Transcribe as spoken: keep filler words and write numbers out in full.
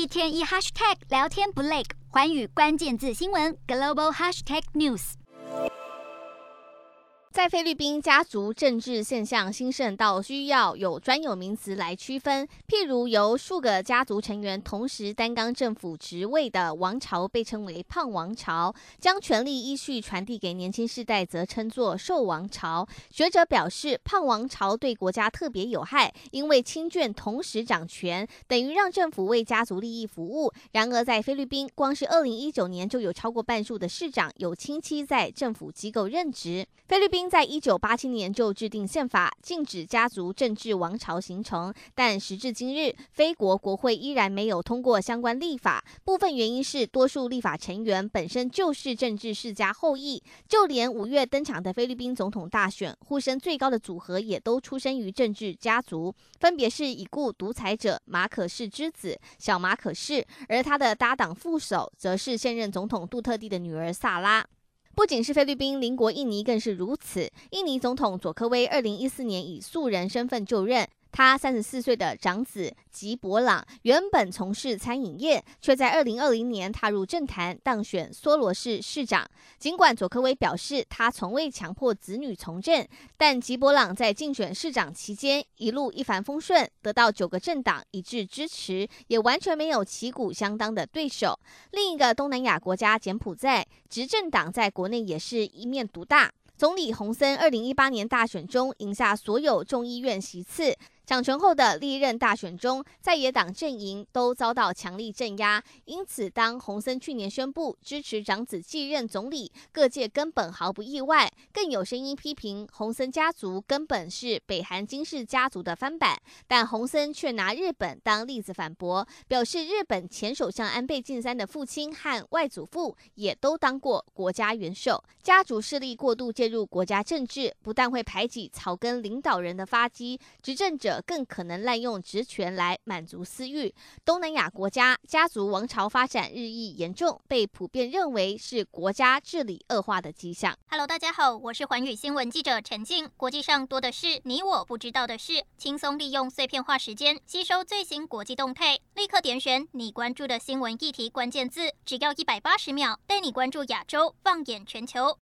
天一 hashtag 聊天不累，寰宇关键字新闻 global hashtag news。 在菲律宾，家族政治现象兴盛到需要有专有名词来区分，譬如由数个家族成员同时担纲政府职位的王朝被称为胖王朝，将权力依序传递给年轻世代则称作瘦王朝。学者表示，胖王朝对国家特别有害，因为亲眷同时掌权，等于让政府为家族利益服务。然而在菲律宾，光是二零一九年就有超过半数的市长有亲戚在政府机构任职。菲律宾在一九八七年就制定宪法，禁止家族政治王朝形成，但时至今日，菲国国会依然没有通过相关立法。部分原因是多数立法成员本身就是政治世家后裔，就连五月登场的菲律宾总统大选，呼声最高的组合也都出身于政治家族，分别是已故独裁者马可仕之子小马可仕，而他的搭档副手则是现任总统杜特地的女儿萨拉。不仅是菲律宾，邻国印尼更是如此。印尼总统佐科威二零一四年以素人身份就任，他三十四岁的长子吉伯朗原本从事餐饮业，却在二零二零年踏入政坛，当选梭罗市市长。尽管佐科威表示他从未强迫子女从政，但吉伯朗在竞选市长期间一路一帆风顺，得到九个政党一致支持，也完全没有旗鼓相当的对手。另一个东南亚国家柬埔寨，执政党在国内也是一面独大。总理洪森二零一八年大选中赢下所有众议院席次，掌权后的历任大选中，在野党阵营都遭到强力镇压。因此，当洪森去年宣布支持长子继任总理，各界根本毫不意外。更有声音批评洪森家族根本是北韩金氏家族的翻版，但洪森却拿日本当例子反驳，表示日本前首相安倍晋三的父亲和外祖父也都当过国家元首。家族势力过度介入国家政治，不但会排挤草根领导人的发迹，执政者更可能滥用职权来满足私欲。东南亚国家家族王朝发展日益严重，被普遍认为是国家治理恶化的迹象。 Hello， 大家好，我是寰宇新闻记者陈静。国际上多的是你我不知道的事，轻松利用碎片化时间吸收最新国际动态，立刻点选你关注的新闻议题关键字，只要一百八十秒，带你关注亚洲，放眼全球。